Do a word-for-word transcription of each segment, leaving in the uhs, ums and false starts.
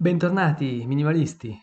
Bentornati minimalisti!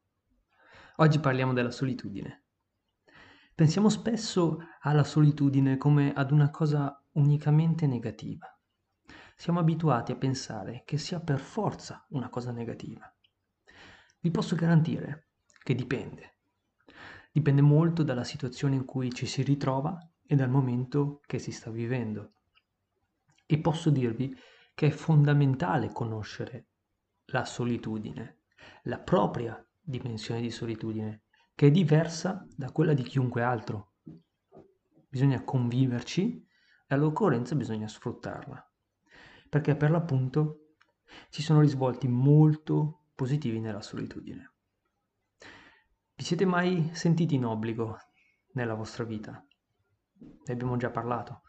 Oggi parliamo della solitudine. Pensiamo spesso alla solitudine come ad una cosa unicamente negativa. Siamo abituati a pensare che sia per forza una cosa negativa. Vi posso garantire che dipende. Dipende molto dalla situazione in cui ci si ritrova e dal momento che si sta vivendo. E posso dirvi che è fondamentale conoscere la solitudine, la propria dimensione di solitudine, che è diversa da quella di chiunque altro. Bisogna conviverci e all'occorrenza bisogna sfruttarla, perché per l'appunto ci sono risvolti molto positivi nella solitudine. Vi siete mai sentiti in obbligo nella vostra vita? Ne abbiamo già parlato.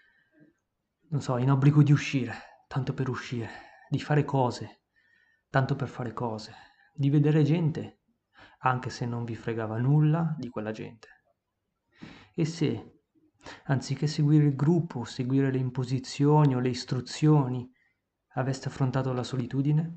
Non so, in obbligo di uscire, tanto per uscire, di fare cose, tanto per fare cose, di vedere gente, anche se non vi fregava nulla di quella gente. E se, anziché seguire il gruppo, seguire le imposizioni o le istruzioni, aveste affrontato la solitudine?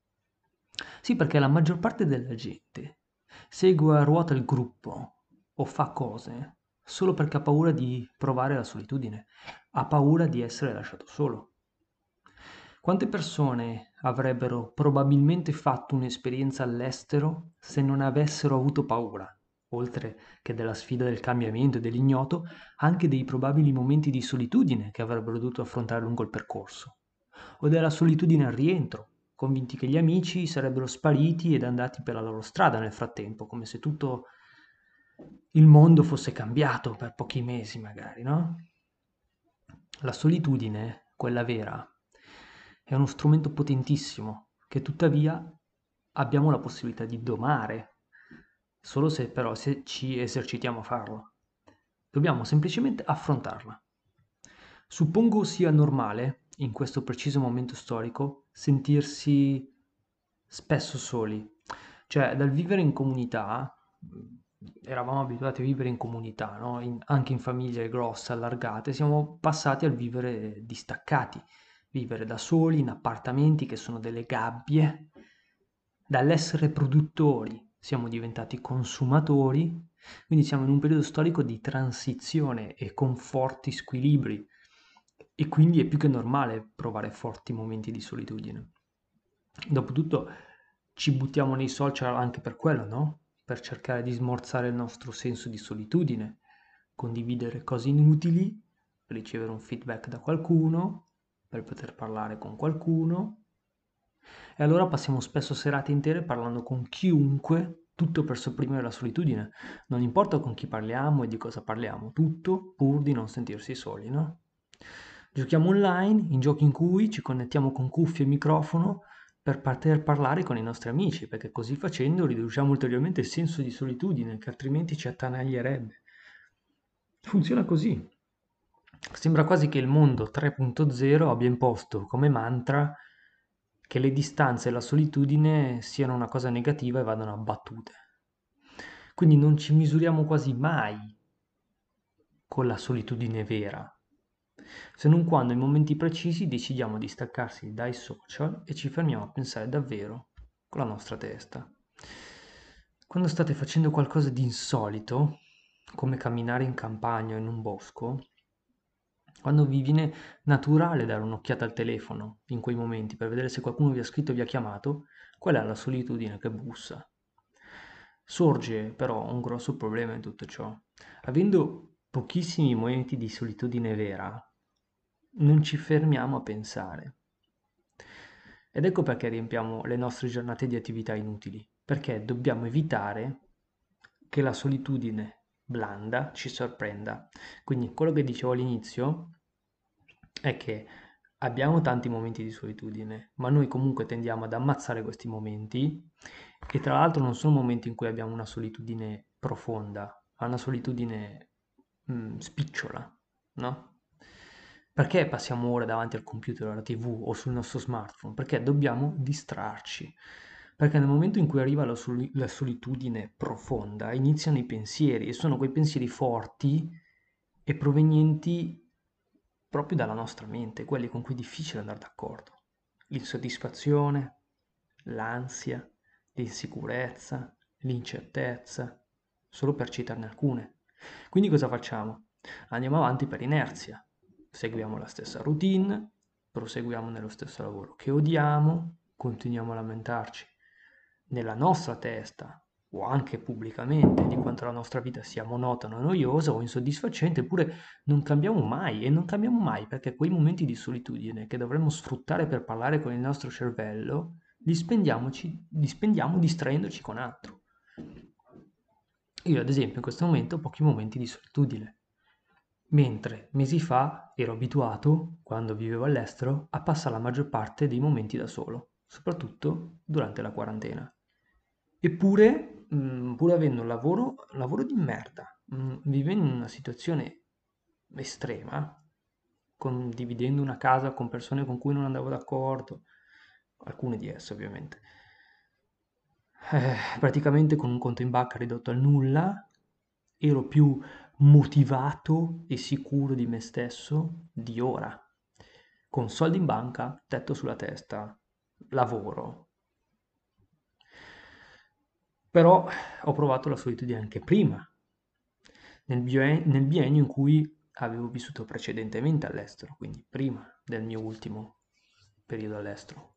Sì, perché la maggior parte della gente segue a ruota il gruppo o fa cose solo perché ha paura di provare la solitudine, ha paura di essere lasciato solo. Quante persone avrebbero probabilmente fatto un'esperienza all'estero se non avessero avuto paura, oltre che della sfida del cambiamento e dell'ignoto, anche dei probabili momenti di solitudine che avrebbero dovuto affrontare lungo il percorso, o della solitudine al rientro, convinti che gli amici sarebbero spariti ed andati per la loro strada nel frattempo, come se tutto il mondo fosse cambiato per pochi mesi magari, no? La solitudine, quella vera, è uno strumento potentissimo che tuttavia abbiamo la possibilità di domare, solo se però se ci esercitiamo a farlo. Dobbiamo semplicemente affrontarla. Suppongo sia normale, in questo preciso momento storico, sentirsi spesso soli. Cioè, dal vivere in comunità, mh, eravamo abituati a vivere in comunità, no? In- anche in famiglie grosse, allargate, siamo passati al vivere distaccati, vivere da soli in appartamenti che sono delle gabbie. Dall'essere produttori siamo diventati consumatori, quindi siamo in un periodo storico di transizione e con forti squilibri e quindi è più che normale provare forti momenti di solitudine. Dopotutto ci buttiamo nei social anche per quello, no? Per cercare di smorzare il nostro senso di solitudine, condividere cose inutili, ricevere un feedback da qualcuno, per poter parlare con qualcuno. E allora passiamo spesso serate intere parlando con chiunque, tutto per sopprimere la solitudine. Non importa con chi parliamo e di cosa parliamo, tutto pur di non sentirsi soli, no? Giochiamo online, in giochi in cui ci connettiamo con cuffie e microfono per poter parlare con i nostri amici, perché così facendo riduciamo ulteriormente il senso di solitudine che altrimenti ci attanaglierebbe. Funziona così. Sembra quasi che il mondo tre punto zero abbia imposto come mantra che le distanze e la solitudine siano una cosa negativa e vadano abbattute. Quindi non ci misuriamo quasi mai con la solitudine vera, se non quando in momenti precisi decidiamo di staccarsi dai social e ci fermiamo a pensare davvero con la nostra testa. Quando state facendo qualcosa di insolito, come camminare in campagna o in un bosco, quando vi viene naturale dare un'occhiata al telefono in quei momenti per vedere se qualcuno vi ha scritto o vi ha chiamato, quella è la solitudine che bussa. Sorge però un grosso problema in tutto ciò. Avendo pochissimi momenti di solitudine vera, non ci fermiamo a pensare. Ed ecco perché riempiamo le nostre giornate di attività inutili, perché dobbiamo evitare che la solitudine blanda ci sorprenda. Quindi quello che dicevo all'inizio è che abbiamo tanti momenti di solitudine, ma noi comunque tendiamo ad ammazzare questi momenti e tra l'altro non sono momenti in cui abbiamo una solitudine profonda, ma una solitudine mm, spicciola, no? Perché passiamo ore davanti al computer, alla T V o sul nostro smartphone? Perché dobbiamo distrarci. Perché nel momento in cui arriva la, soli- la solitudine profonda, iniziano i pensieri e sono quei pensieri forti e provenienti proprio dalla nostra mente, quelli con cui è difficile andare d'accordo. L'insoddisfazione, l'ansia, l'insicurezza, l'incertezza, solo per citarne alcune. Quindi cosa facciamo? Andiamo avanti per inerzia, seguiamo la stessa routine, proseguiamo nello stesso lavoro che odiamo, continuiamo a lamentarci nella nostra testa o anche pubblicamente di quanto la nostra vita sia monotona, noiosa o insoddisfacente, eppure non cambiamo mai e non cambiamo mai perché quei momenti di solitudine che dovremmo sfruttare per parlare con il nostro cervello li spendiamoci, li spendiamo distraendoci con altro. Io ad esempio in questo momento ho pochi momenti di solitudine, mentre mesi fa ero abituato, quando vivevo all'estero, a passare la maggior parte dei momenti da solo, soprattutto durante la quarantena. Eppure, mh, pur avendo un lavoro, un lavoro di merda, mh, vivendo in una situazione estrema, condividendo una casa con persone con cui non andavo d'accordo, alcune di esse ovviamente, eh, praticamente con un conto in banca ridotto al nulla, ero più motivato e sicuro di me stesso di ora, con soldi in banca, tetto sulla testa, lavoro. Però ho provato la solitudine anche prima, nel, bio- nel biennio in cui avevo vissuto precedentemente all'estero, quindi prima del mio ultimo periodo all'estero.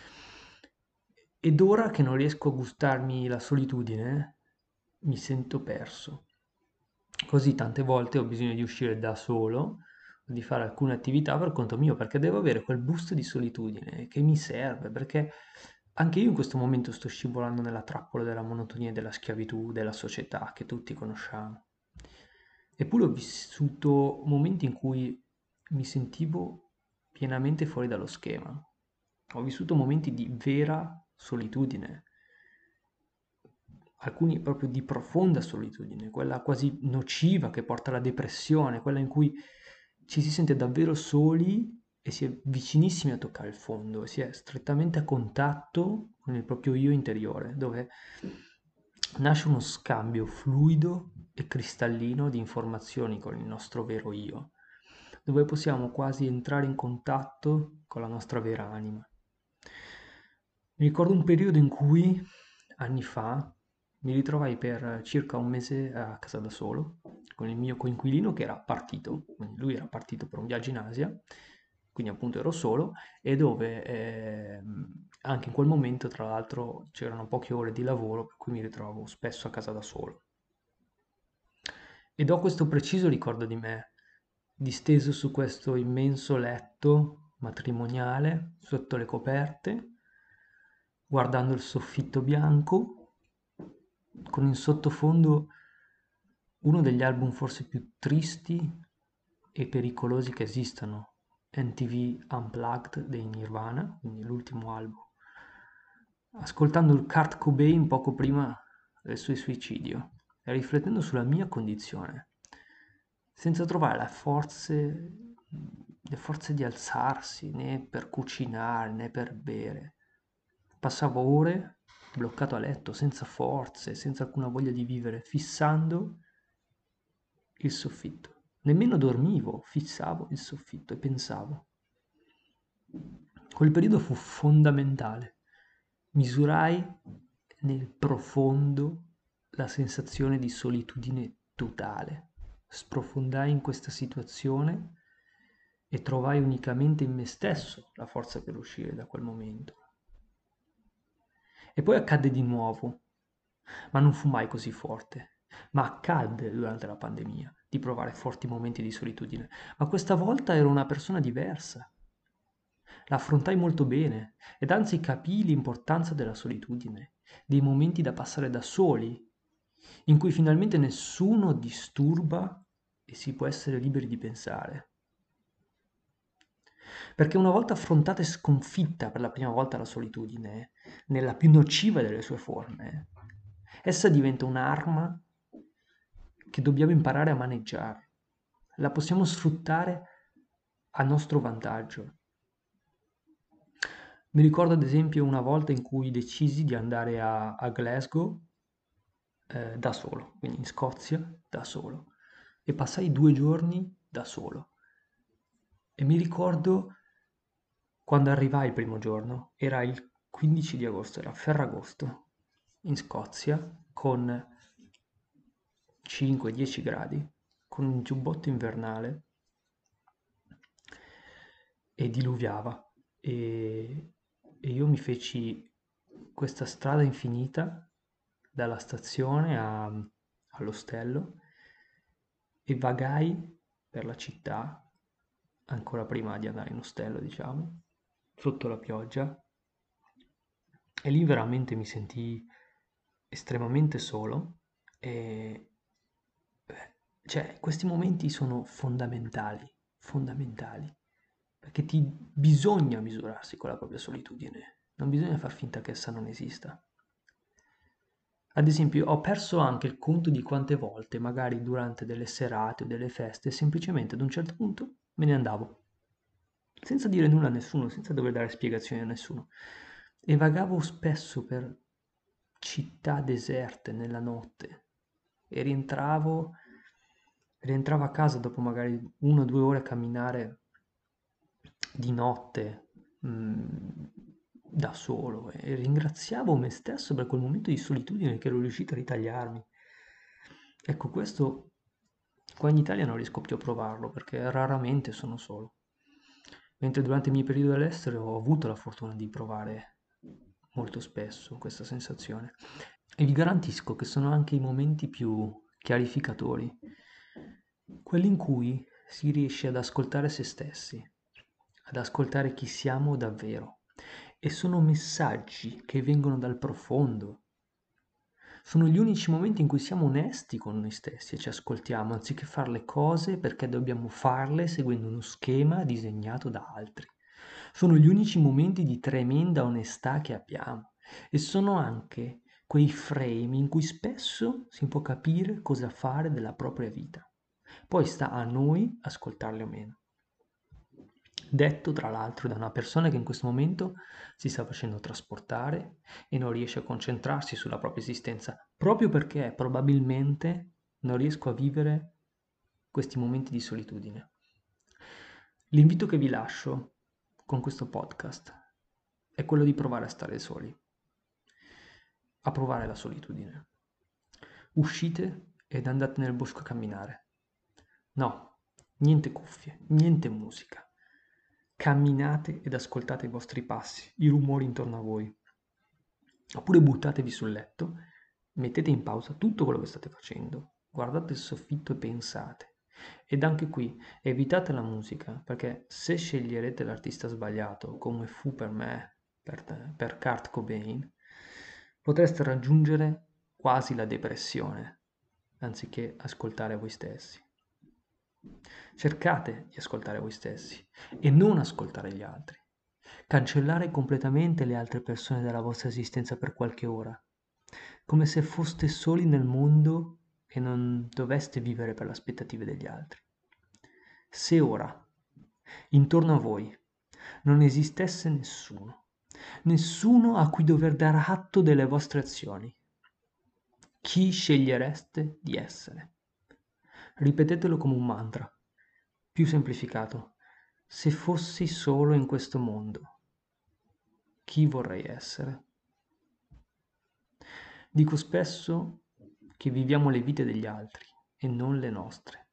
Ed ora che non riesco a gustarmi la solitudine, mi sento perso. Così tante volte ho bisogno di uscire da solo, di fare alcune attività per conto mio, perché devo avere quel boost di solitudine che mi serve, perché anche io in questo momento sto scivolando nella trappola della monotonia e della schiavitù della società che tutti conosciamo. Eppure ho vissuto momenti in cui mi sentivo pienamente fuori dallo schema. Ho vissuto momenti di vera solitudine, alcuni proprio di profonda solitudine, quella quasi nociva che porta alla depressione, quella in cui ci si sente davvero soli e si è vicinissimi a toccare il fondo, e si è strettamente a contatto con il proprio io interiore, dove nasce uno scambio fluido e cristallino di informazioni con il nostro vero io, dove possiamo quasi entrare in contatto con la nostra vera anima. Mi ricordo un periodo in cui, anni fa, mi ritrovai per circa un mese a casa da solo, con il mio coinquilino che era partito, quindi lui era partito per un viaggio in Asia, quindi appunto ero solo, e dove eh, anche in quel momento, tra l'altro, c'erano poche ore di lavoro, per cui mi ritrovavo spesso a casa da solo. Ed ho questo preciso ricordo di me, disteso su questo immenso letto matrimoniale, sotto le coperte, guardando il soffitto bianco, con in sottofondo uno degli album forse più tristi e pericolosi che esistano, M T V Unplugged dei Nirvana, quindi l'ultimo album, ascoltando il Kurt Cobain poco prima del suo suicidio e riflettendo sulla mia condizione, senza trovare le forze, le forze di alzarsi, né per cucinare, né per bere. Passavo ore bloccato a letto, senza forze, senza alcuna voglia di vivere, fissando il soffitto. Nemmeno dormivo, fissavo il soffitto e pensavo. Quel periodo fu fondamentale. Misurai nel profondo la sensazione di solitudine totale. Sprofondai in questa situazione e trovai unicamente in me stesso la forza per uscire da quel momento. E poi accadde di nuovo, ma non fu mai così forte. Ma accadde durante la pandemia di provare forti momenti di solitudine, ma questa volta ero una persona diversa. La affrontai molto bene ed anzi capii l'importanza della solitudine, dei momenti da passare da soli, in cui finalmente nessuno disturba e si può essere liberi di pensare. Perché una volta affrontata e sconfitta per la prima volta la solitudine, nella più nociva delle sue forme, essa diventa un'arma che dobbiamo imparare a maneggiare. La possiamo sfruttare a nostro vantaggio. Mi ricordo ad esempio una volta in cui decisi di andare a, a Glasgow eh, da solo, quindi in Scozia da solo, e passai due giorni da solo. E mi ricordo quando arrivai il primo giorno, era il quindici di agosto, era Ferragosto, in Scozia, con cinque dieci gradi, con un giubbotto invernale e diluviava. E, e io mi feci questa strada infinita dalla stazione a- all'ostello e vagai per la città ancora prima di andare in ostello, diciamo, sotto la pioggia. E lì veramente mi sentii estremamente solo e eh, cioè questi momenti sono fondamentali, fondamentali, perché ti bisogna misurarsi con la propria solitudine, non bisogna far finta che essa non esista. Ad esempio, ho perso anche il conto di quante volte, magari durante delle serate o delle feste, semplicemente ad un certo punto me ne andavo, senza dire nulla a nessuno, senza dover dare spiegazioni a nessuno. E vagavo spesso per città deserte nella notte e rientravo, rientravo a casa dopo magari una o due ore a camminare di notte, mm, da solo e ringraziavo me stesso per quel momento di solitudine che ero riuscito a ritagliarmi. Ecco, questo qua in Italia non riesco più a provarlo perché raramente sono solo. Mentre durante i miei periodi all'estero ho avuto la fortuna di provare molto spesso questa sensazione. E vi garantisco che sono anche i momenti più chiarificatori, quelli in cui si riesce ad ascoltare se stessi, ad ascoltare chi siamo davvero. E sono messaggi che vengono dal profondo. Sono gli unici momenti in cui siamo onesti con noi stessi e ci ascoltiamo, anziché fare le cose perché dobbiamo farle seguendo uno schema disegnato da altri. Sono gli unici momenti di tremenda onestà che abbiamo e sono anche quei frame in cui spesso si può capire cosa fare della propria vita. Poi sta a noi ascoltarli o meno. Detto tra l'altro da una persona che in questo momento si sta facendo trasportare e non riesce a concentrarsi sulla propria esistenza, proprio perché probabilmente non riesco a vivere questi momenti di solitudine. L'invito che vi lascio con questo podcast è quello di provare a stare soli, a provare la solitudine. Uscite ed andate nel bosco a camminare. No, niente cuffie, niente musica. Camminate ed ascoltate i vostri passi, i rumori intorno a voi. Oppure buttatevi sul letto, mettete in pausa tutto quello che state facendo, guardate il soffitto e pensate. Ed anche qui evitate la musica, perché se sceglierete l'artista sbagliato, come fu per me, per, te, per Kurt Cobain, potreste raggiungere quasi la depressione, anziché ascoltare voi stessi. Cercate di ascoltare voi stessi e non ascoltare gli altri. Cancellare completamente le altre persone dalla vostra esistenza per qualche ora, come se foste soli nel mondo e non doveste vivere per le aspettative degli altri. Se ora, intorno a voi, non esistesse nessuno, nessuno a cui dover dare atto delle vostre azioni, chi scegliereste di essere? Ripetetelo come un mantra. Più semplificato. Se fossi solo in questo mondo, chi vorrei essere? Dico spesso che viviamo le vite degli altri e non le nostre.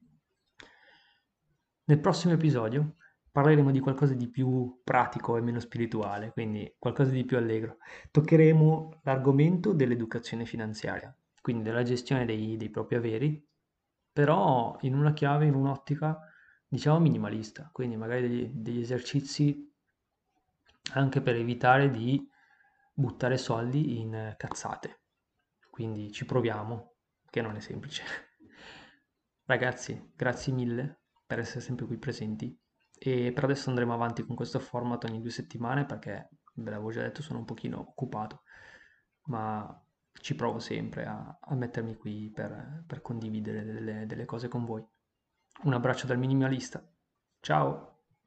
Nel prossimo episodio parleremo di qualcosa di più pratico e meno spirituale, quindi qualcosa di più allegro. Toccheremo l'argomento dell'educazione finanziaria, quindi della gestione dei, dei propri averi, però in una chiave, in un'ottica, diciamo minimalista, quindi magari degli, degli esercizi anche per evitare di buttare soldi in eh, cazzate. Quindi ci proviamo, che non è semplice. Ragazzi, grazie mille per essere sempre qui presenti e per adesso andremo avanti con questo format ogni due settimane perché, ve l'avevo già detto, sono un pochino occupato, ma ci provo sempre a, a mettermi qui per, per condividere delle, delle cose con voi. Un abbraccio dal minimalista. Ciao!